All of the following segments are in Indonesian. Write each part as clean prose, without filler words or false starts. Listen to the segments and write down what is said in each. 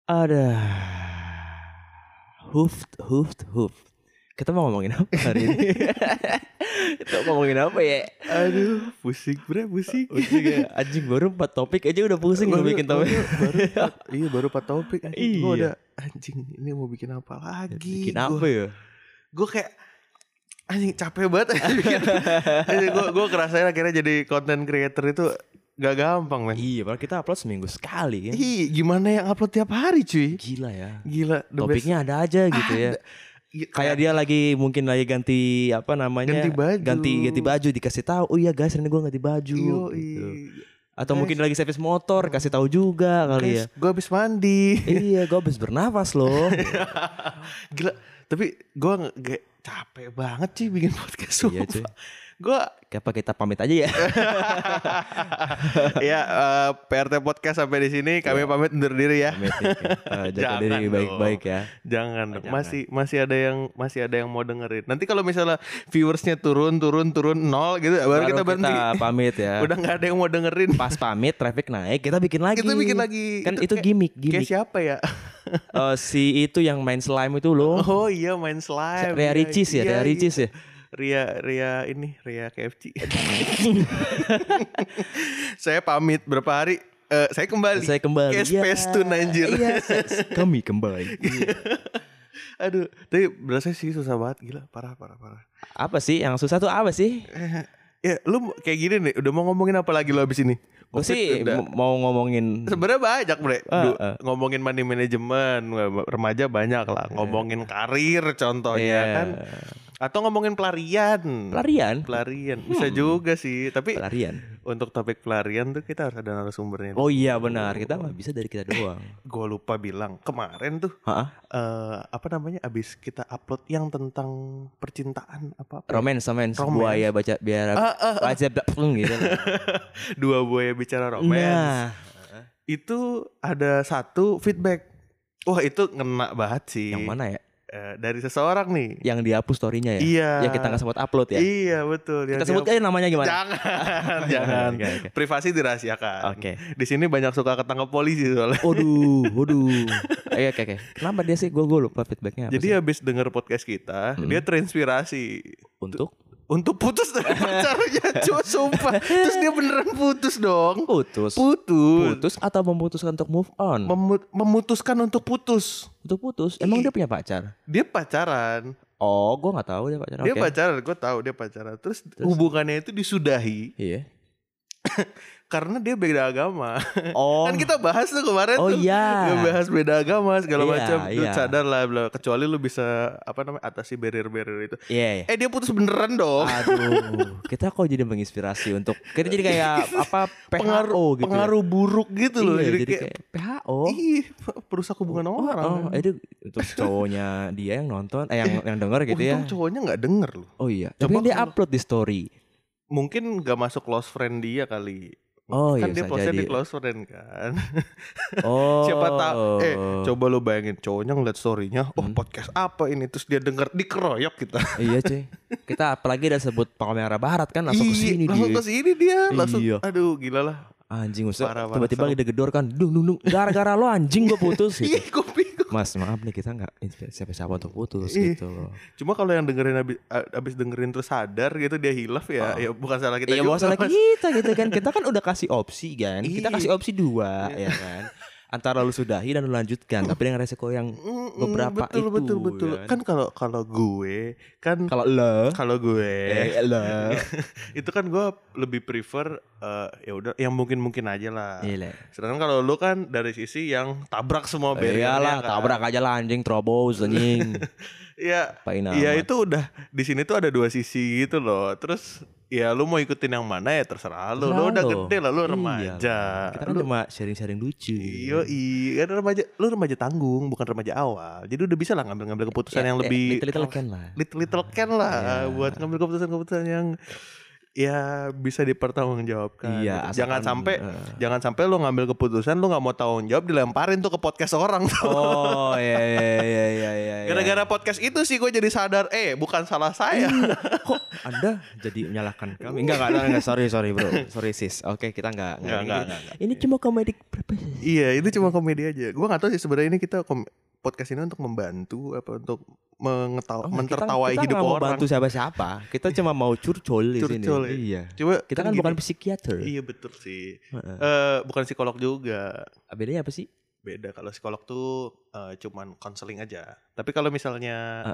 Ada hoof. Kita mau ngomongin apa hari ini? Kita mau ngomongin apa ya? Aduh, pusing pusing. Pusing ya. Anjing baru 4 topik aja udah pusing lu bikin topik. Baru 4 topik. Iya. Gue udah anjing ini mau bikin apa lagi? Bikin apa ya? Gue kayak anjing capek banget. Gue ngerasain akhirnya jadi content creator itu gak gampang, men. Iya, padahal kita upload seminggu sekali kan. Ih, gimana yang upload tiap hari, cuy? Gila ya. Gila. Topiknya ada aja gitu ya. Kayak dia mungkin lagi ganti apa namanya? Ganti baju dikasih tahu. Oh iya guys, ini gue ganti baju. Gitu. Atau guys, mungkin lagi servis motor kasih tahu juga kali ya. Gue habis mandi. Iya, gue habis bernafas loh. Gila, tapi gue capek banget sih bikin podcast. Iya cuy. Gue kita pamit aja ya. Ya, PRT Podcast sampai di sini kami pamit undur diri ya. Jaga diri baik-baik ya. Jangan dong. Masih ada yang mau dengerin. Nanti kalau misalnya viewersnya turun 0 gitu, baru kita berhenti. Kita pamit ya. Udah nggak ada yang mau dengerin. Pas pamit traffic naik, kita bikin lagi. Kan itu gimmick. Kayak siapa ya? Si itu yang main slime itu loh. Oh iya, main slime. Ria Ricis ya. Ria KFC. Saya pamit berapa hari? Saya kembali. Space Tune anjir. Iya, kami kembali. Aduh, tapi berasa sih susah banget, gila, parah. Apa sih yang susah tuh apa sih? Ya, lu kayak gini nih, udah mau ngomongin apa lagi lo abis ini? Gue sih mau ngomongin sebenarnya banyak, Bre. Ngomongin money management, remaja banyak lah. Ngomongin karir contohnya kan. Atau ngomongin pelarian. Bisa juga sih. Tapi untuk topik pelarian tuh kita harus ada narasumbernya. Oh iya benar, kita gak bisa dari kita doang. Gue lupa bilang kemarin tuh apa namanya, abis kita upload yang tentang percintaan apa romance buaya baca biar baca gitu. 2 buaya bicara romance. Itu ada satu feedback. Wah, itu ngena banget sih. Yang mana ya? Dari seseorang nih yang dihapus story-nya ya. Iya. Yang kita gak sempat upload ya. Iya betul. Kita sebut aja namanya gimana? Jangan. Okay. Privasi dirahasiakan. Oke. Di sini banyak suka ketangkep polisi soalnya. Waduh. Oke. Kenapa dia sih? Gue lupa feedbacknya. Jadi habis denger podcast kita, dia terinspirasi untuk putus dari pacarnya, cuy, sumpah. Terus dia beneran putus dong. Putus atau memutuskan untuk move on? Memutuskan untuk putus. Emang dia punya pacar? Dia pacaran. Oh, gue nggak tahu dia pacaran. Dia pacaran, gue tahu dia pacaran. Terus hubungannya itu disudahi. Iya. Karena dia beda agama. Oh. Kan kita bahas tuh kemarin tuh. Iya. Bahas beda agama segala macam. Lu Iya. sadar lah, kecuali lu bisa atasi barrier-barrier itu. Iya. Dia putus beneran dong. Aduh. Kita kok jadi menginspirasi untuk kita jadi kayak PHO gitu. Pengaruh buruk gitu loh. Jadi kayak PHO. Perusak hubungan orang. Itu untuk cowoknya dia yang nonton, yang denger gitu ya. Untung cowoknya nggak denger loh. Oh iya. Tapi dia upload di story. Mungkin nggak masuk close friend dia kali. Oh kan iya, dia postnya di close friend kan. Oh. Siapa tahu coba lu bayangin cowoknya ngeliat story-nya, podcast apa ini, terus dia denger, dikeroyok kita. Iya cuy. Kita apalagi udah sebut Palmera Barat kan, langsung kesini dia. Langsung aduh gila lah. Anjing tiba-tiba digedor kan, dung gara-gara lo anjing gue putus gitu. Mas maaf nih, kita gak siapa-siapa untuk putus gitu loh. Cuma kalau yang dengerin abis dengerin terus sadar gitu dia hilaf ya bukan salah kita juga. Iya bukan salah kita gitu kan. Kita kan udah kasih opsi kan. Kita kasih opsi 2 ya kan. Antara lu sudahi dan lu lanjutkan, tapi dengan resiko yang beberapa betul. Ya. Kan kalau gue kan kalau gue itu kan gue lebih prefer ya udah yang mungkin aja lah. Iya. Sedangkan kalau lu kan dari sisi yang tabrak semua barriernya. Iyalah, kan? Tabrak aja lah anjing, terobos anjing. Iya itu udah di sini tuh ada 2 sisi gitu loh. Terus ya lu mau ikutin yang mana ya terserah lu. Lu udah gede lah, lu remaja. Kita kan cuma sharing-sharing lucu. Iya, lu remaja tanggung, bukan remaja awal. Jadi udah bisa lah ngambil keputusan yang lebih little can lah buat ngambil keputusan yang ya bisa dipertanggungjawabkan. Iya, gitu. Jangan sampai lu ngambil keputusan lu nggak mau tanggung jawab, dilemparin tuh ke podcast orang. Oh iya. Gara-gara podcast itu sih gue jadi sadar, bukan salah saya. Kok Anda jadi menyalahkan kami? Enggak, sorry bro, sorry sis. Oke, kita enggak. Ini cuma komedi. Iya, ini cuma komedi aja. Gue nggak tahu sih sebenarnya ini kita podcast ini untuk membantu apa untuk mentertawai hidup orang. Kita nggak mau bantu siapa-siapa. Kita cuma mau curcol di sini. Iya. Coba kita kan bukan psikiater. Iya betul sih. Bukan psikolog juga. Bedanya apa sih? Beda. Kalau psikolog tuh cuman konseling aja. Tapi kalau misalnya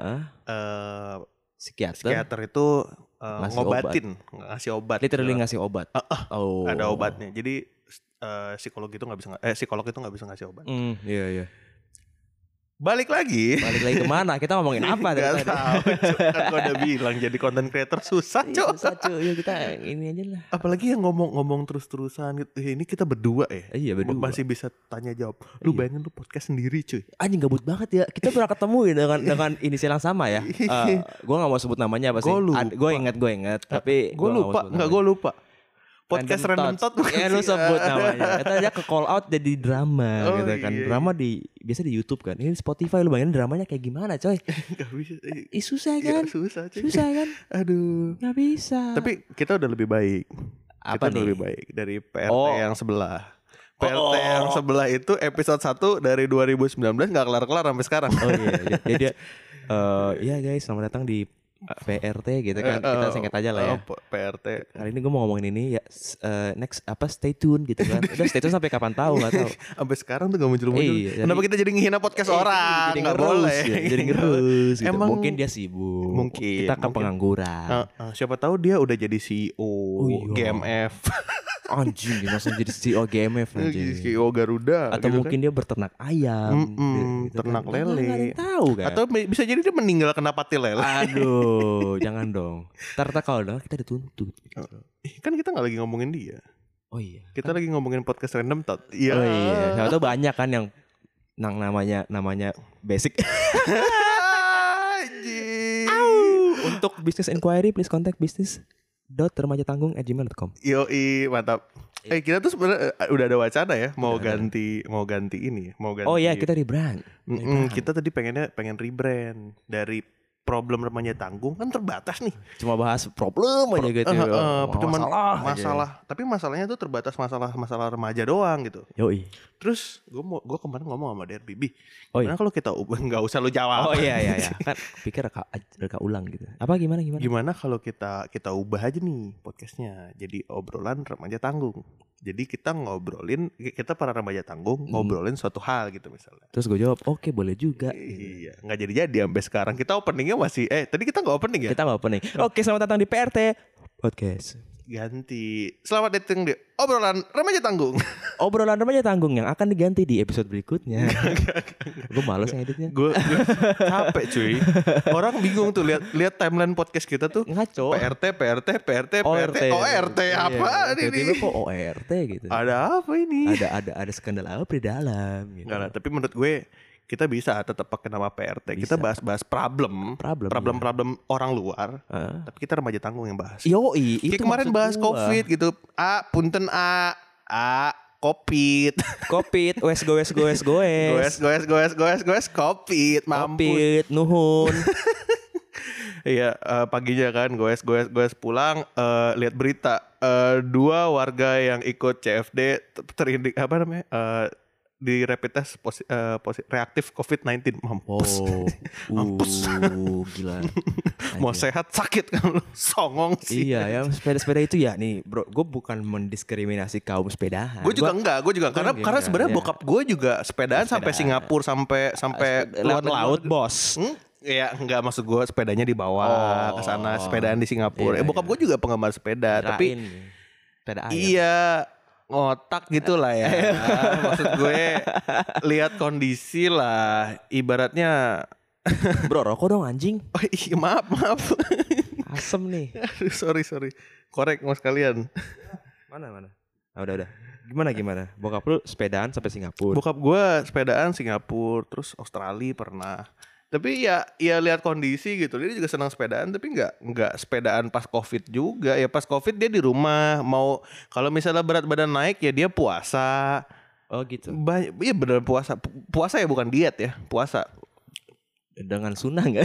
psikiater itu ngobatin, ngasih obat. Literally ngasih obat. Ada obatnya. Jadi psikolog itu nggak bisa ngasih obat. Iya. Balik lagi kemana? Kita ngomongin apa? Gak tahu. Kan gue udah bilang jadi content creator susah cok. Ya kita ini aja lah. Apalagi yang ngomong terus-terusan gitu. Ini kita berdua ya. Iya berdua. Masih bisa tanya jawab. Lu bayangin lu podcast sendiri cuy. Anjing gabut banget ya. Kita pernah ketemu dengan inisial yang sama ya. Gue gak mau sebut namanya apa sih. Gue inget. Tapi gue lupa. Podcast Random Thought bukan lu sebut namanya. Kita aja ke call out jadi drama gitu kan. Iya. Drama biasa di YouTube kan. Ini Spotify lu bayangin dramanya kayak gimana coy. Gak bisa. Susah kan? Susah kan? Aduh. Gak bisa. Tapi kita udah lebih baik. Apa kita udah lebih baik dari PRT yang sebelah. PRT yang sebelah itu episode 1 dari 2019 gak kelar-kelar sampai sekarang. Oh iya. Jadi iya guys, selamat datang di PRT gitu kan. Kita singkat aja lah ya. PRT. Kali ini gue mau ngomongin ini ya. Next stay tune gitu kan. Udah stay tune sampai kapan tahu, nggak tahu. Sampai sekarang tuh gak muncul-muncul. Kenapa kita jadi ngehina podcast orang? Jadi nggak boleh. Jadi ngerus. Gitu. Emang mungkin dia sibuk. Mungkin kita pengangguran. Siapa tahu dia udah jadi CEO GMF. Anjing, langsung jadi CEO GMF anjing. CEO Garuda. Atau gitu mungkin dia berternak ayam, gitu ternak kan. Lele. Nggak ada yang tahu kan. Atau bisa jadi dia meninggal kena pati lele. Aduh, jangan dong. Ntar kalau dengar kita dituntut. Kan kita nggak lagi ngomongin dia. Oh iya. Kita lagi ngomongin podcast Random Thought. Iya. Oh iya. Siapa tahu banyak kan yang namanya basic. Untuk business inquiry please contact business.remajatanggung@gmail.com. Yoi, mantap. Kita tuh sebenarnya udah ada wacana ya mau ganti ini, mau ganti. Oh iya, kita rebrand. Kita tadi pengen rebrand dari problem remaja tanggung kan terbatas nih. Cuma bahas problem aja gitu. Masalah. Tapi masalahnya tuh terbatas masalah remaja doang gitu. Yoi. Terus gue kemarin ngomong sama Derby. Gimana kalau kita ubah, nggak usah lu jawab. Oh iya. Kan pikir reka ulang gitu. Apa gimana? Gimana kalau kita ubah aja nih podcastnya jadi obrolan remaja tanggung. Jadi kita para remaja tanggung ngobrolin suatu hal gitu misalnya. Terus gue jawab, oke boleh juga. Iya, nggak jadi sampai sekarang. Kita openingnya masih, tadi kita nggak opening ya? Kita nggak opening. Oke, selamat datang di PRT Podcast. Ganti. Selamat datang di obrolan remaja tanggung. Obrolan remaja tanggung yang akan diganti di episode berikutnya. Gue malas ngeditnya. Gue capek cuy. Orang bingung tuh lihat timeline podcast kita tuh. Ngaco. PRT, ORT apa ini? Tiba-tiba kok ORT gitu. Ada apa ini? Ada skandal apa di dalam gitu. Enggak lah, tapi menurut gue kita bisa tetap pakai nama PRT. Bisa. Kita bahas problem orang luar. Tapi kita remaja tanggung yang bahas. Yoi, itu kemarin bahas COVID gitu. Punten COVID. Wes goes. COVID, mampus. COVID, nuhun. Iya, paginya kan goes pulang, lihat berita 2 warga yang ikut CFD terindik di rapid test reaktif COVID-19. Mampus. Mampus. Gila. Mau sehat sakit kan lu. Songong sih. Iya, yang sepeda-sepeda itu ya nih, bro. Gue bukan mendiskriminasi kaum sepedahan. Gue juga enggak. Karena sebenarnya bokap gue juga sepedaan sampai Singapura sampai luar laut, bos. Iya, enggak, maksud gue sepedanya dibawa ke sana, sepedaan di Singapura. Bokap gue juga penggemar sepeda, tapi sepeda ayam. Iya, ngotak gitu lah ya. Maksud gue lihat kondisi lah, ibaratnya. Bro, rokok dong anjing. Oh iya, maaf. Asem nih. Aduh, sorry. Korek mas kalian. Mana? Udah. Gimana? Bokap lu sepedaan sampai Singapura? Bokap gue sepedaan Singapura, terus Australia pernah. Tapi ya lihat kondisi gitu. Dia juga senang sepedaan tapi nggak sepedaan pas Covid juga. Ya pas Covid dia di rumah, mau kalau misalnya berat badan naik ya dia puasa. Oh gitu. Iya benar puasa. Puasa ya bukan diet ya, puasa. Dengan sunnah nggak?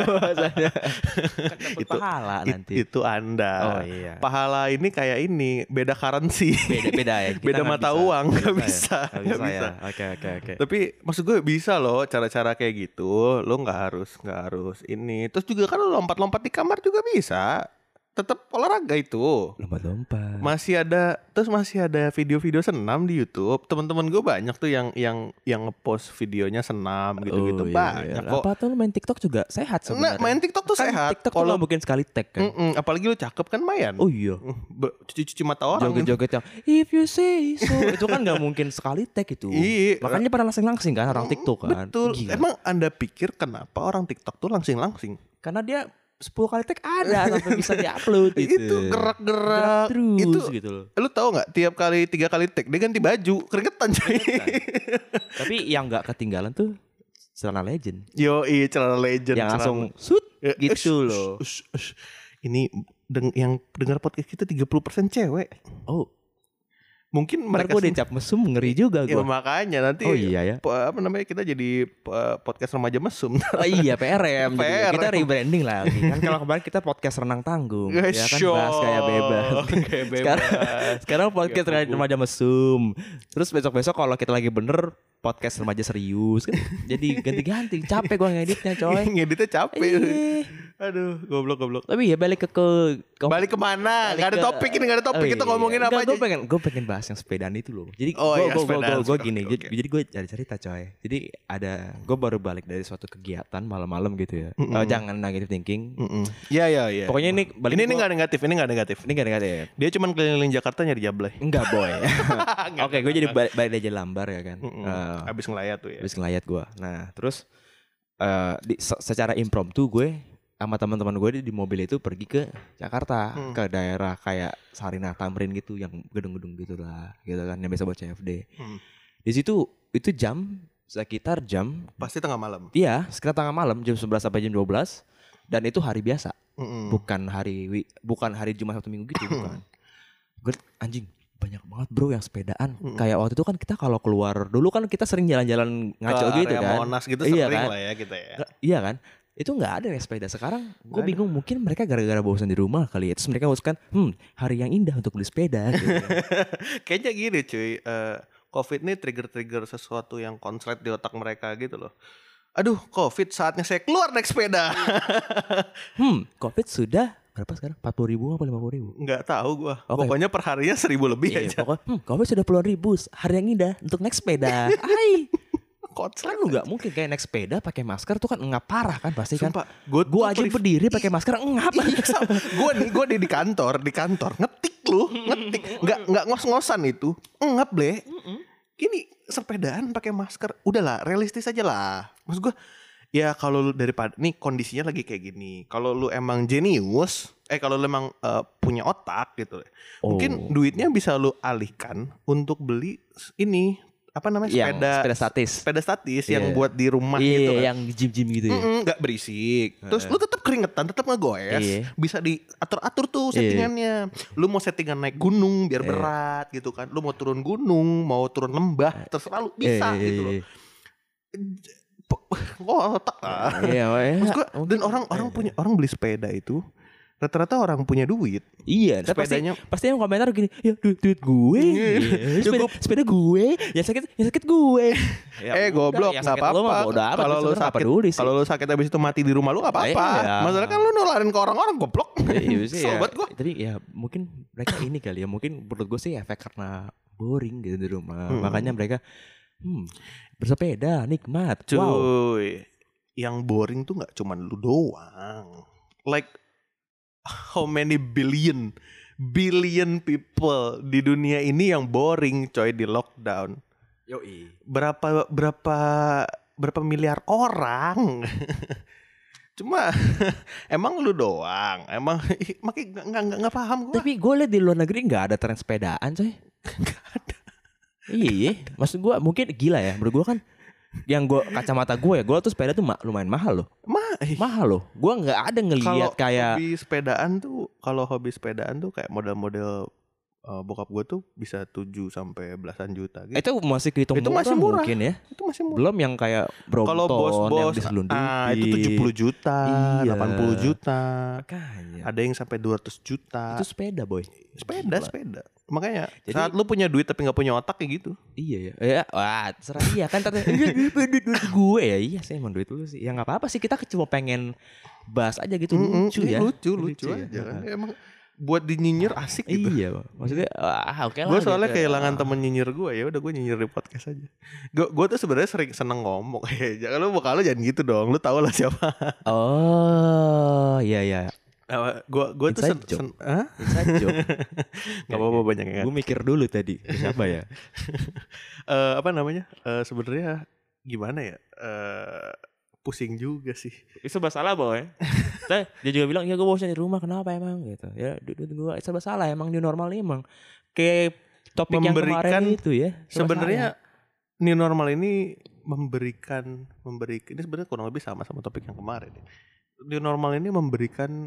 Kan itu pahala nanti. Itu Anda. Oh iya. Pahala ini kayak ini beda currency. Beda ya. Beda mata uang. Nggak bisa. Oke. Tapi maksud gue bisa loh cara-cara kayak gitu. Lo nggak harus ini. Terus juga kan lo lompat-lompat di kamar juga bisa. Tetap olahraga itu. Lompat-lompat. Masih ada video-video senam di YouTube. Teman-teman gue banyak tuh yang ngepost videonya senam gitu-gitu. Banyak kok. Apa tuh main TikTok juga sehat sebenarnya. Nah, main TikTok tuh kan sehat. TikTok kalau mungkin sekali tag kan. Apalagi lu cakep kan mayan. Oh iya. Cuci-cuci mata orang. Joget-joget yang if you say so. Itu kan gak mungkin sekali tag itu. Iya. Makanya pada langsing-langsing kan orang TikTok kan. Betul. Gila. Emang Anda pikir kenapa orang TikTok tuh langsing-langsing? Karena dia 10 kali tag ada sampai bisa diupload gitu. Itu gerak terus itu gitu loh. Lu tahu nggak tiap kali 3 kali tag dia ganti baju keringetan coy. Tapi yang nggak ketinggalan tuh celana legend. Yo iya celana legend. Yang langsung shoot gitu loh. Ini yang dengar podcast kita 30% cewek. Oh. Mungkin mereka gue dicap mesum ngeri juga gue. Ya makanya nanti. Oh iya ya. Apa namanya kita jadi podcast remaja mesum. Oh iya PRM. Kita rebranding lah. Kan kalau kemarin kita podcast renang tanggung. Ya kan bahas kayak bebas. Sekarang podcast remaja mesum. Terus besok-besok kalau kita lagi bener podcast remaja serius kan. Jadi ganti-ganti. Capek gue ngeditnya coy. Ngeditnya capek. Aduh goblok. Tapi ya balik balik kemana? Gak ada topik ini, gak ada topik. Kita ngomongin apa aja. Gue pengen bahas yang sepedaan itu loh. Jadi gue gini. Jadi gue cari cerita coy. Jadi gue baru balik dari suatu kegiatan malam-malam gitu ya. Jangan negative thinking. Iya. Pokoknya ini balik. Ini nggak negatif. Ini nggak negatif. Dia cuma keliling Jakarta nyari jablay. Enggak boy. Oke, gue jadi balik dari Lambar ya kan. Abis ngelayat tuh ya. Abis ngelayat gue. Nah terus secara impromptu gue sama teman-teman gue di mobil itu pergi ke Jakarta, ke daerah kayak Sarinah Tamrin gitu, yang gedung-gedung gitu lah, gitu kan, yang biasa buat CFD. Di situ itu sekitar jam pasti tengah malam. Iya, sekitar tengah malam, jam 11 sampai jam 12, dan itu hari biasa, bukan hari Jumat Sabtu Minggu gitu, bukan. Gue anjing banyak banget bro yang sepedaan. Kayak waktu itu kan kita kalau keluar dulu kan kita sering jalan-jalan ngaco gitu kan. Monas gitu iya sering kan? lah ya kita ya. Iya kan? Itu nggak ada yang sepeda. Sekarang gue bingung, mungkin mereka gara-gara bosan di rumah kali ya. Terus mereka usulkan hari yang indah untuk beli sepeda gitu. Kayaknya gini cuy, Covid ini trigger sesuatu yang konslet di otak mereka gitu loh. Aduh Covid saatnya saya keluar naik sepeda. Covid sudah berapa sekarang? 40.000 apa 50.000? Nggak tahu gue. Pokoknya per harinya 1.000 lebih aja. Pokoknya Covid sudah puluhan ribu. Hari yang indah untuk naik sepeda. Hai. Kan lu gak mungkin kayak naik sepeda pakai masker tuh kan ngap parah kan pasti. Sumpah, kan. Gue aja berdiri pakai masker ngap. Gue di kantor ngetik, nggak ngos-ngosan itu, ngap ble. Gini sepedaan pakai masker, udahlah realistis aja lah. Maksud gue, ya kalau lu daripada nih kondisinya lagi kayak gini, kalau lu emang jenius, kalau lu emang punya otak gitu, mungkin duitnya bisa lu alihkan untuk beli ini. Apa namanya sepeda statis yang buat di rumah gitu kan. Yang di gym gitu ya. Gak berisik. Terus lu tetap keringetan, tetap ngegoes. Bisa diatur-atur tuh settingannya. Lu mau settingan naik gunung biar berat gitu kan. Lu mau turun gunung, mau turun lembah, terserah lu bisa gitu loh. Otak lah. Maksud gue, dan orang beli sepeda itu rata-rata orang punya duit. Iya, sepedanya pasti yang komentar gini, ya duit gue. Sepeda gue, ya sakit gue. Goblok, enggak apa-apa. Kalau lu sakit habis itu mati di rumah lu enggak apa-apa. Masalah kan lu nularin ke orang-orang goblok. Iya buat gue. Jadi ya mungkin mereka ini kali ya, mungkin menurut gue sih efek karena boring gitu di rumah. Makanya mereka bersepeda nikmat. Cuy, yang boring tuh enggak cuma lu doang. Like how many billion people di dunia ini yang boring coy di lockdown. Yoi. Berapa miliar orang. Cuma emang lu doang. Emang makanya nggak paham gue. Tapi gue liat di luar negeri nggak ada tren sepedaan coy. Nggak ada. Iya. Maksud gue mungkin gila ya. Menurut gue kan kacamata gue ya, gue tuh sepeda tuh lumayan mahal loh. Mahal loh. Gue nggak ada ngelihat kayak kalau hobi sepedaan tuh kayak model-model bokap gue tuh bisa 7 sampai belasan juta gitu. Itu masih kehitung murah mungkin ya. Itu masih murah. Belum yang kayak Brompton kalau bos-bos yang diselundupin. Itu 70 juta, iya. 80 juta. Makanya. Ada yang sampai 200 juta. Itu sepeda boy. Sepeda. Makanya jadi, saat lu punya duit tapi gak punya otak kayak gitu. Iya ya. Wah terserah iya kan. Duit gue ya. Iya sih emang duit lu sih. Ya gak apa-apa sih, kita cuma pengen bahas aja gitu. Lucu ya. Lucu aja kan. Emang buat dinyinyir asik gitu. Iya, maksudnya oke lah. Gue soalnya kehilangan temen nyinyir gue, ya udah gue nyinyir di podcast aja. Gue tuh sebenarnya sering seneng ngomong. Jangan lu bakal jangan gitu dong. Lu tau lah siapa. Oh, iya. Gue tuh inside joke. Gak apa-apa banyak yang. Gue mikir dulu tadi siapa ya. Apa namanya? Sebenarnya gimana ya? Pusing juga sih. Itu serba salah boy. Dia juga bilang ya gue bosan di rumah, kenapa emang gitu. Ya gue serba salah, emang new normal ini emang kayak topik yang kemarin itu ya. Sebenarnya new normal ini memberikan ini sebenarnya kurang lebih sama topik yang kemarin. New normal ini memberikan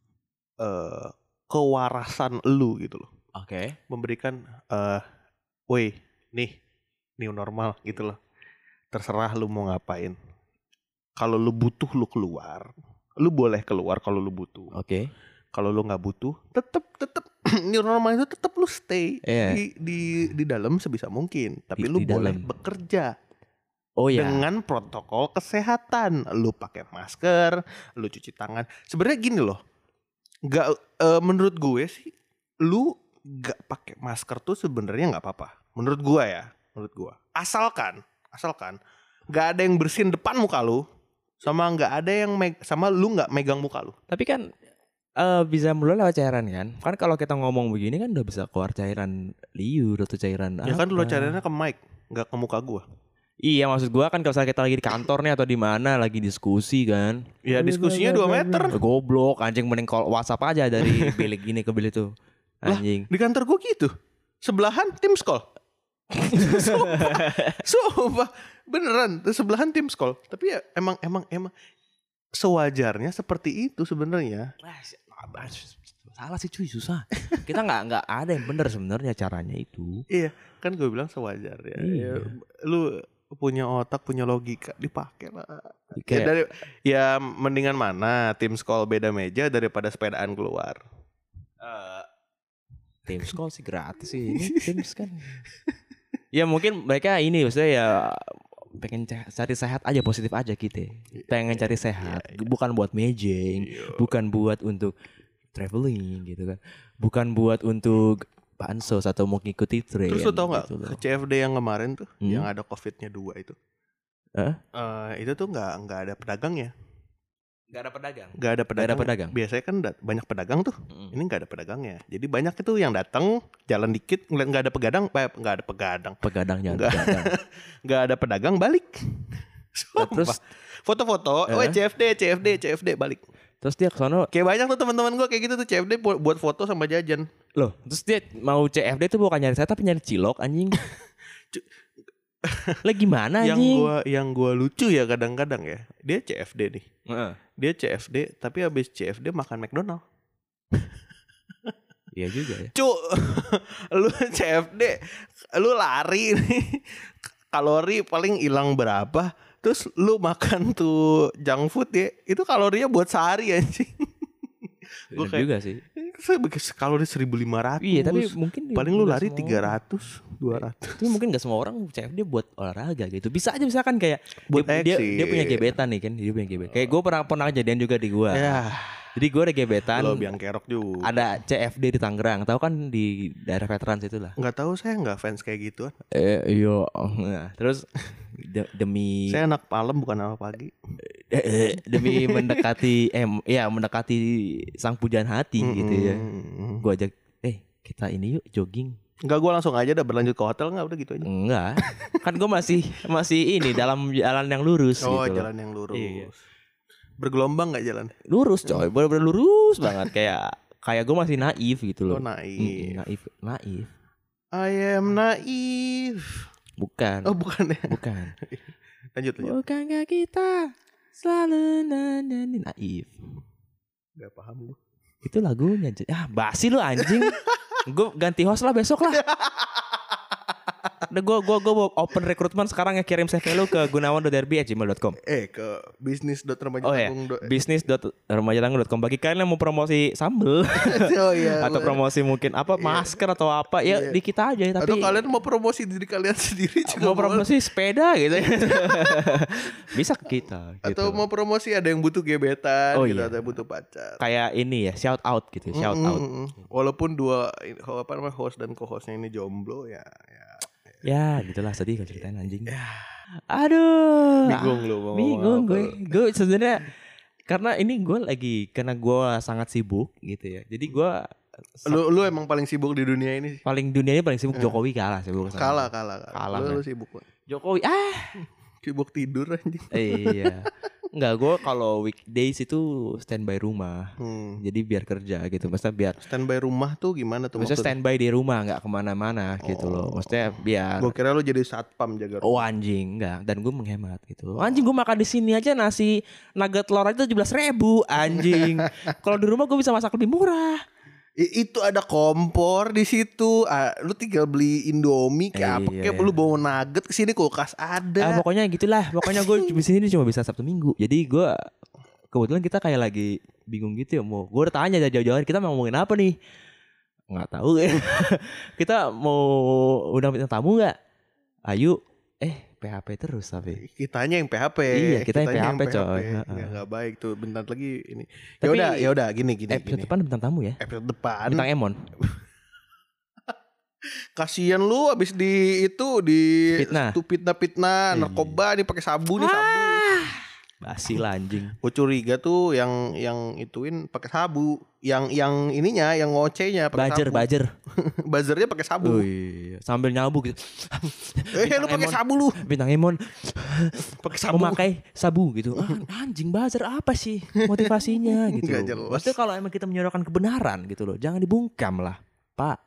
kewarasan lu gitu loh. Oke. Memberikan woi nih new normal gitu loh. Terserah lu mau ngapain. Kalau lu butuh lu keluar, lu boleh keluar kalau lu butuh. Oke. Kalau lu nggak butuh, tetap new normal itu tetap lu stay di dalam sebisa mungkin. Tapi lu boleh bekerja. Oh ya. Dengan protokol kesehatan, lu pakai masker, lu cuci tangan. Sebenarnya gini loh, menurut gue sih, lu nggak pakai masker tuh sebenarnya nggak apa-apa. Menurut gue. Asalkan nggak ada yang bersihin depan muka lu. Sama nggak ada yang sama lu nggak megang muka lu. Tapi kan bisa mulai lewat cairan kan. Kan kalau kita ngomong begini kan udah bisa keluar cairan liur atau cairan ya kan lu cairannya ke mic, nggak ke muka gua. Iya maksud gua kan kalau kita lagi di kantor nih atau di mana lagi diskusi kan. Ya diskusinya 2 meter. Goblok anjing, mending call WhatsApp aja dari bilik gini ke bilik tuh. Anjing. Lah, di kantor gua gitu. Sebelahan Teams call. Sumpah beneran sebelahan Teams call. Tapi ya emang sewajarnya seperti itu sebenarnya. Salah sih cuy, susah. Kita nggak ada yang benar sebenarnya caranya itu. Iya kan gue bilang sewajarnya. Iya. Ya, lu punya otak, punya logika, dipakai lah. Kayak, ya mendingan mana Teams call beda meja daripada sepedaan keluar. Teams call sih gratis sih. Ini Teams kan. Ya mungkin mereka ini maksudnya ya pengen cari sehat aja, positif aja gitu. Pengen cari sehat, bukan buat mejeng, bukan buat untuk traveling gitu kan. Bukan buat untuk pansos atau mau ngikuti tren. Terus lu tau gak gitu CFD yang kemarin tuh yang ada COVID-nya 2 itu. Itu tuh gak ada pedagangnya. Gak ada pedagang. Biasanya kan banyak pedagang tuh. Ini gak ada pedagangnya. Jadi banyak itu yang datang jalan dikit ngeliat gak ada pegadang. Pegadangnya gak ada pedagang balik. Nah, terus foto-foto, CFD balik. Terus dia kesana kayak banyak tuh teman-teman gue kayak gitu tuh CFD buat foto sama jajan. Loh, terus dia mau CFD tuh bukan nyari saya tapi nyari cilok anjing. Lah gimana anjing? Yang gua lucu ya kadang-kadang ya. Dia CFD nih. Dia CFD tapi habis CFD makan McDonald. Iya juga ya. Lu CFD, lu lari nih. Kalori paling hilang berapa? Terus lu makan tuh junk food ya. Itu kalorinya buat sehari anjing. Gue juga sih. Kalori 1.500. Iya, tapi mungkin paling lu lari 300, 200. Tapi mungkin gak semua orang CFD buat olahraga gitu. Bisa aja misalkan kayak buat dia punya gebetan nih kan, dia punya gebetan. Kayak gue pernah kejadian juga di gue. Ya. Jadi gue ada gebetan. Lo biang kerok juga. Ada CFD di Tangerang. Tahu kan di daerah veteran situ lah. Enggak tahu, saya enggak fans kayak gituan. Iya. Nah, terus demi saya anak malam bukan anak pagi. Demi mendekati mendekati sang pujaan hati gitu ya. Gue ajak kita ini yuk jogging. Enggak, gue langsung aja berlanjut ke hotel udah gitu aja. Enggak. Kan gue masih ini dalam jalan yang lurus gitu. Oh, jalan yang lurus. Iya. Bergelombang gak jalan? Lurus coy, bener-bener lurus banget. Kayak gue masih naif gitu loh. Oh naif. Naif. I am naif. Bukan. Oh bukan ya? Bukan. Lanjut. Bukankah kita selalu naif. Gak paham lu. Itu lagunya. Basi lu anjing. Gue ganti host lah besok lah. Udah gue open rekrutmen sekarang ya, kirim CV lu ke gunawan.derby@gmail.com. Ke bisnis.remajatanggung. Bisnis.remajatanggung.com. Bagi kalian yang mau promosi sambel atau promosi mungkin masker atau apa ya di kita aja. Tapi atau kalian mau promosi diri kalian sendiri juga mau promosi sepeda gitu. Bisa ke kita gitu. Atau mau promosi ada yang butuh gebetan gitu, ada yang butuh pacar. Kayak ini ya, shout out gitu, shout out. Walaupun host dan co-hostnya ini jomblo ya. Ya gitulah, sedih kalau ceritain anjing. Aduh, bingung gue sebenarnya karena ini karena gue sangat sibuk gitu ya. Jadi gue lu emang paling sibuk di dunia ini. Paling sibuk. Jokowi kalah sibuk. Kalah. Lu sibuk. Jokowi sibuk tidur anjing. Iya. Enggak, gue kalau weekdays itu standby rumah. Jadi biar kerja gitu. Maksudnya biar standby rumah tuh gimana tuh? Maksudnya standby di rumah, nggak kemana-mana gitu loh. Maksudnya biar. Gue kira lu jadi satpam jaga rumah. Oh anjing, enggak. Dan gue menghemat gitu. Anjing, gue makan di sini aja nasi nugget telur aja 17.000 anjing. Kalau di rumah gue bisa masak lebih murah. Itu ada kompor di situ. Lu tinggal beli Indomie kayak apa? Kayak lu bawa nugget ke sini, kulkas ada. Pokoknya gitulah. Pokoknya gue di sini cuma bisa Sabtu Minggu. Jadi gue kebetulan kita kayak lagi bingung gitu ya. Gue udah tanya jauh-jauh kita mau ngomongin apa nih? Nggak tahu ya. Kita mau undang bintang tamu nggak? Ayo. PHP terus tapi kitanya yang PHP. Iya, kita yang PHP coy. Enggak baik tuh, bentar lagi ini. Ya udah gini. Episode depan bintang tamu ya. Episode depan bintang Emon. Kasian lu abis di fitnah narkoba nih pakai sabu nih sabu. Basi lah anjing. Gue curiga tuh yang ituin pakai sabu. Yang ininya, yang ngocenya pakai sabu. Bajer. Buzzernya pakai sabu. Sambil nyabu gitu. Lu pakai sabu lu. Bintang Emon pakai sabu. Memakai sabu gitu. Anjing, buzzer apa sih motivasinya gitu. Gak jelas. Maksudnya kalau emang kita menyorongkan kebenaran gitu loh, jangan dibungkam lah, Pak.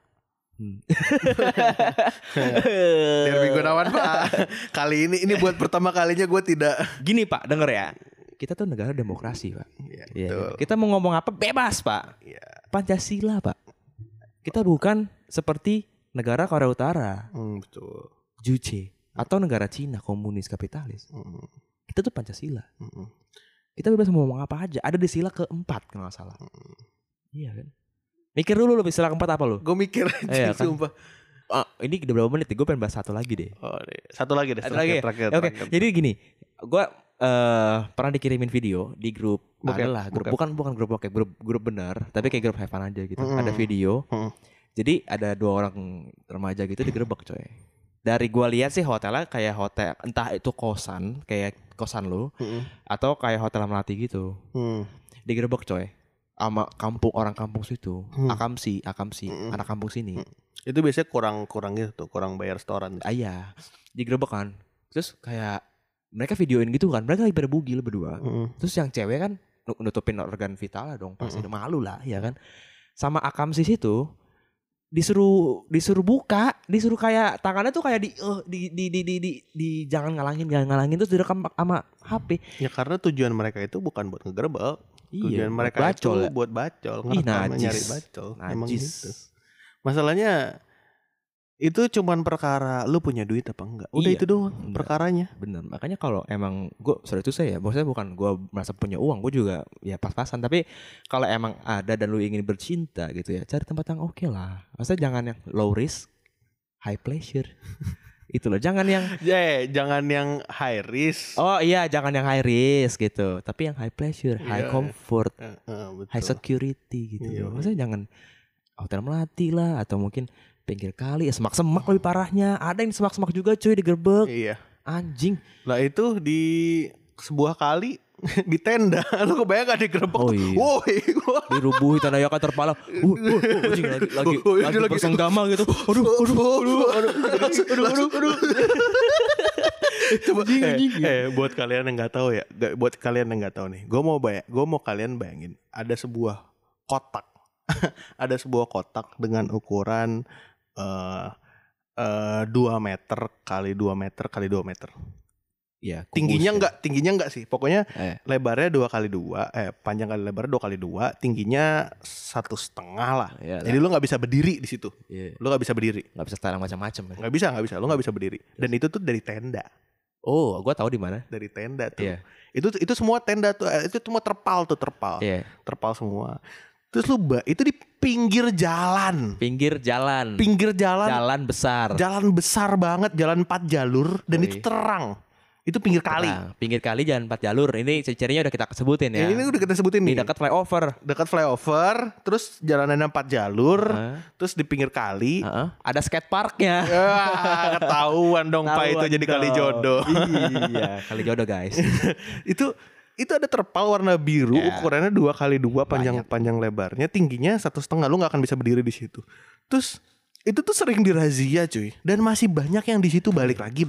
Derby Gunawan Pak. Kali ini buat pertama kalinya gue tidak. Gini Pak, denger ya. Kita tuh negara demokrasi Pak. Betul. Kita mau ngomong apa bebas Pak. Pancasila Pak. Kita bukan seperti negara Korea Utara. Betul. Juche. Atau negara Cina komunis kapitalis. Kita tuh Pancasila. Kita bebas mau ngomong apa aja. Ada di sila keempat kalau nggak salah. Iya kan. Mikir dulu lu sila keempat apa lu? Gue mikir aja kan? Sumpah. Ini udah berapa menit? Gue pengen bahas satu lagi deh. Satu lagi deh. Terakhir. Oke. Jadi gini, gue pernah dikirimin video di grup. Bukan grup bokep, grup benar, tapi kayak grup have fun aja gitu. Ada video. Jadi ada 2 orang remaja gitu digerebek coy. Dari gue lihat sih hotelnya kayak hotel, entah itu kosan kayak kosan lu, atau kayak hotel Melati gitu. Digerebek coy. Sama orang kampung situ, akamsi, anak kampung sini. Itu biasanya kurang gitu tuh, kurang bayar restoran. Iya, digerebek kan. Terus kayak mereka videoin gitu kan, mereka lagi pada bugil berdua. Terus yang cewek kan nutupin organ vital lah dong, pasti malu lah, ya kan. Sama akamsi situ disuruh buka, disuruh kayak tangannya tuh kayak di jangan ngalangin terus direkam sama HP. Ya karena tujuan mereka itu bukan buat ngegerebek. Tujuan mereka bacol, itu buat bacol, nyari bacol. Emang gitu. Masalahnya itu cuman perkara lu punya duit apa enggak. Udah itu doang perkaranya. Bener. Makanya kalau emang gue sorry itu saya, maksudnya bukan gue merasa punya uang, gue juga ya pas-pasan. Tapi kalau emang ada dan lu ingin bercinta gitu ya, cari tempat yang oke lah. Maksudnya jangan yang low risk, high pleasure. Itu loh, jangan yang high risk. Oh iya, jangan yang high risk gitu, tapi yang high pleasure, high comfort, high security gitu loh. Maksudnya jangan hotel Melati lah, atau mungkin pinggir kali, semak-semak lebih parahnya. Ada yang semak-semak juga cuy, digerebek. Iya. Anjing. Lah itu di sebuah kali di tenda, lu kebayang gak digerebek? Oh iya. Woi, dirubuhi tanah yakan terpala. Lagi bersenggama gitu. Aduh. Coba, buat kalian yang nggak tahu ya, buat kalian yang nggak tahu nih, gue mau kalian bayangin ada sebuah kotak, dengan ukuran 2 meter kali 2 meter kali 2 meter. Ya, tingginya enggak sih. Pokoknya lebarnya 2x2, panjang kali lebar 2x2, tingginya 1,5 lah. Yalah. Jadi lu nggak bisa berdiri di situ. Lu nggak bisa berdiri. Nggak bisa style macam-macam. Nggak bisa. Lu nggak bisa berdiri. Dan itu tuh dari tenda. Oh, gue tahu di mana. Dari tenda tuh. Itu semua tenda tuh. Itu semua terpal. Terpal semua. Terus itu di pinggir jalan. Jalan besar. Jalan besar banget, jalan 4 jalur dan itu terang. Itu pinggir kali. Pinggir kali jalan 4 jalur. Ini ciri-cirinya udah kita sebutin ya. Ini udah kita sebutin nih. Di dekat flyover. Terus jalanannya 4 jalur. Terus di pinggir kali. Ada skateparknya. Ketahuan dong Pak, itu jadi kali jodoh. Iya, kali jodoh guys. Itu ada terpal warna biru, ukurannya 2x2, panjang lebarnya, tingginya 1,5. Lu nggak akan bisa berdiri di situ. Terus itu tuh sering dirazia cuy. Dan masih banyak yang di situ balik lagi.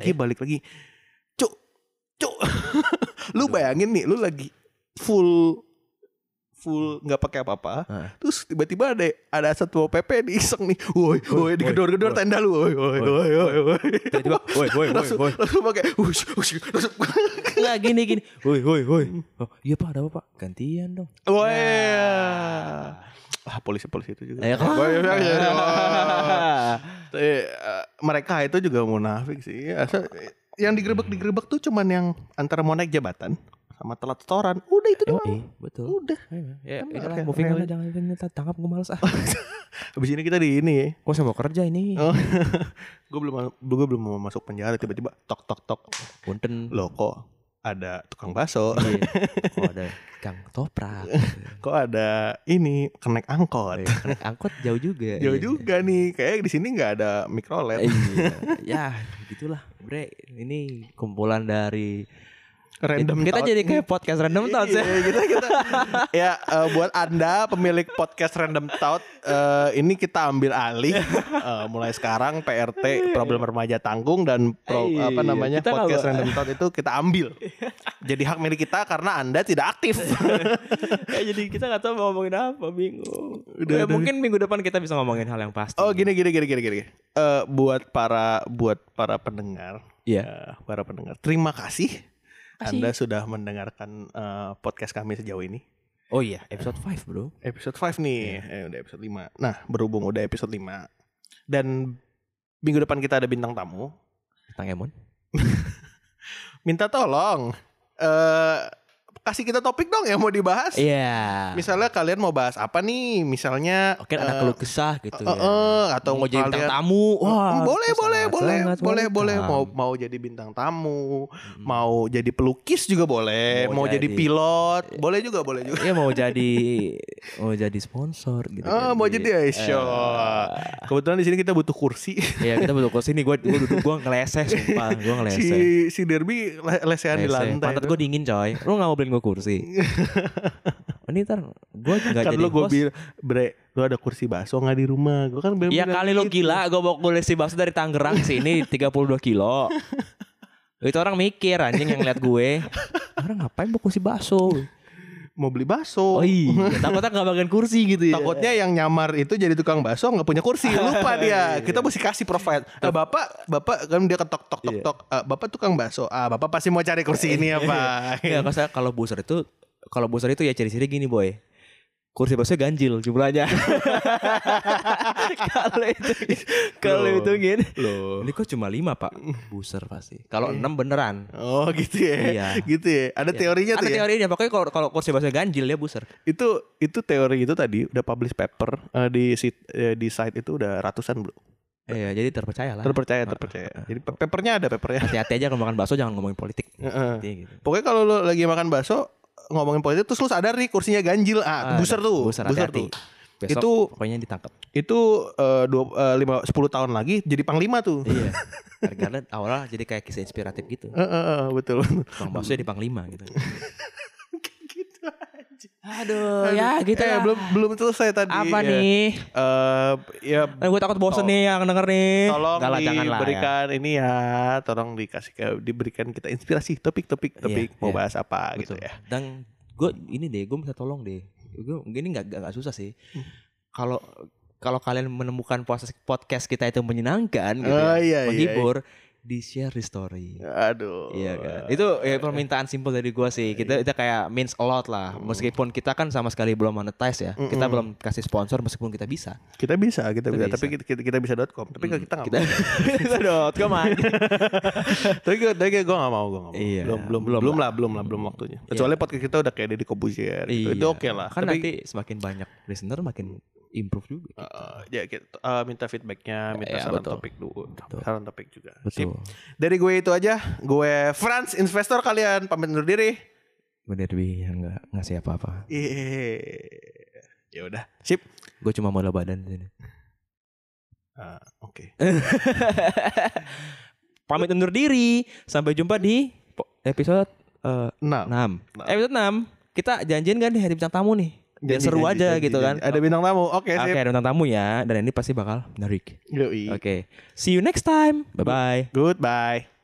Cuk. Lu bayangin nih, lu lagi full nggak pakai apa-apa. Terus tiba-tiba ada satu PP iseng nih. Woi, digedor-gedor tenda lu. Woi. Tiba-tiba langsung pakai Enggak gini. Woi. Oh, iya Pak, ada apa Pak? Gantian dong. Woi. Polisi itu juga. Mereka itu juga munafik sih. Yang digerebek tuh cuman yang antara mau naik jabatan sama telat setoran. Udah itu doang. Betul. Udah. Ya, itulah moving on, jangan tangkap, gue males Habis ini kita di ini ya. Kok saya mau kerja ini? Gue belum mau masuk penjara, tiba-tiba tok. Punten. Loh kok ada tukang bakso. Kok ada tukang toprak. Kok ada ini kenaik angkot. Kenaik angkot jauh juga. Jauh juga nih. Kayak di sini nggak ada mikrolet. Ya, gitulah, Bre. Ini kumpulan dari random kita thought. Jadi kayak podcast random thought ya. Kita ya buat Anda pemilik podcast random thought, ini kita ambil alih mulai sekarang PRT problem remaja tanggung dan podcast random thought itu kita ambil. Jadi hak milik kita karena Anda tidak aktif. Jadi kita nggak tahu mau ngomongin apa, bingung. Mungkin minggu depan kita bisa ngomongin hal yang pasti. Oh, gini. Buat para pendengar. Iya. Para pendengar, terima kasih. Anda sudah mendengarkan podcast kami sejauh ini. Oh iya, episode 5 bro. Episode 5 nih, udah episode 5. Nah, berhubung udah episode 5 dan minggu depan kita ada bintang tamu. Bintang Emon. Minta tolong kasih kita topik dong yang mau dibahas. Iya. Misalnya kalian mau bahas apa nih? Misalnya oke, ada keluh kesah gitu ya. Atau mau jadi bintang tamu. Wah, boleh. Mau jadi bintang tamu, mau jadi pelukis juga boleh, mau jadi pilot, boleh juga. Iya, mau jadi sponsor gitu. Mau jadi show. Kebetulan di sini kita butuh kursi. Iya, kita butuh kursi nih. Gue duduk, gue ngeleseh sumpah, gue ngeleseh. Si Derby lesehan di lantai. Pantat gue dingin coy. Lu nggak mau beliin gue kursi? Ini ntar gue nggak kan jadi host. Gue bilang, lu ada kursi bakso nggak di rumah? Gue kan ya kali lu gila, gue bawa kursi bakso dari Tangerang sini 32 kilo. Itu orang mikir anjing yang lihat gue. Orang ngapain bawa kursi bakso? Mau beli bakso. Oh iya, takutnya gak bagian kursi gitu ya. Takutnya yang nyamar itu jadi tukang bakso gak punya kursi. Lupa dia. Kita mesti kasih profile. Bapak kan dia ketok tok. Bapak tukang bakso. Bapak pasti mau cari kursi ini ya Pak. Ya, kalau booster itu ya ciri-ciri gini boy. Kursi bakso ganjil jumlahnya. Kalau itu gini. Ini kok cuma 5 Pak. Booster pasti. Kalau 6 beneran. Oh gitu ya. Iya. Gitu ya. Ada teorinya tuh ya. Ada teorinya. Pokoknya kalau kursi bakso ganjil ya booster. Itu teori itu tadi udah publish paper di site itu udah ratusan bro. Iya, jadi terpercaya lah. Terpercaya. Jadi papernya ada papernya. Hati-hati aja kalau makan bakso, jangan ngomongin politik. Gitu. Pokoknya kalau lo lagi makan bakso ngomongin politik terus lu sadar nih kursinya ganjil, booster tuh. Booster tuh. Besok itu pokoknya ditangkap. Itu 10 tahun lagi jadi panglima tuh. Iya. Karena awalnya jadi kayak kisah inspiratif gitu. Betul. Bang Bakso jadi panglima gitu. Gitu aja. Aduh, ya gitu lah. Belum selesai tadi. Apa nih? Gue takut bosen nih yang denger nih. Tolong diberikan ini ya. Tolong diberikan kita inspirasi topik mau bahas apa gitu ya. Dan gue minta tolong deh. Gue gini nggak susah sih. Kalau kalian menemukan podcast kita itu menyenangkan gitu, menghibur, di share di story. Aduh. Iya kan. Itu permintaan simpel dari gua sih. Kita kayak means a lot lah. Meskipun kita kan sama sekali belum monetize ya. Kita belum kasih sponsor meskipun kita bisa. Kita bisa. Tapi kita bisa.com. Tapi kita enggak mau. Kita.com aja. Tapi gua enggak mau. Iya. Belum waktunya. Kecuali podcast kita udah kayak Deddy Corbuzier gitu. Itu oke lah. Kan nanti semakin banyak listener makin improve juga. Ya minta feedbacknya, minta saran topik dulu. Saran topik juga. Betul. Dari gue itu aja. Gue Franz Investor, kalian pamit undur diri. Gue Derby yang nggak ngasih apa-apa. Ya udah. Sip. Gue cuma modal badan di sini. Oke. Pamit undur diri. Sampai jumpa di episode 6. Episode 6. Kita janjian kan nih hari bintang tamu nih. Biar seru aja gitu kan. Ada bintang tamu. Oke, ada bintang tamu ya. Dan ini pasti bakal menarik. Oke. See you next time. Bye-bye. Goodbye.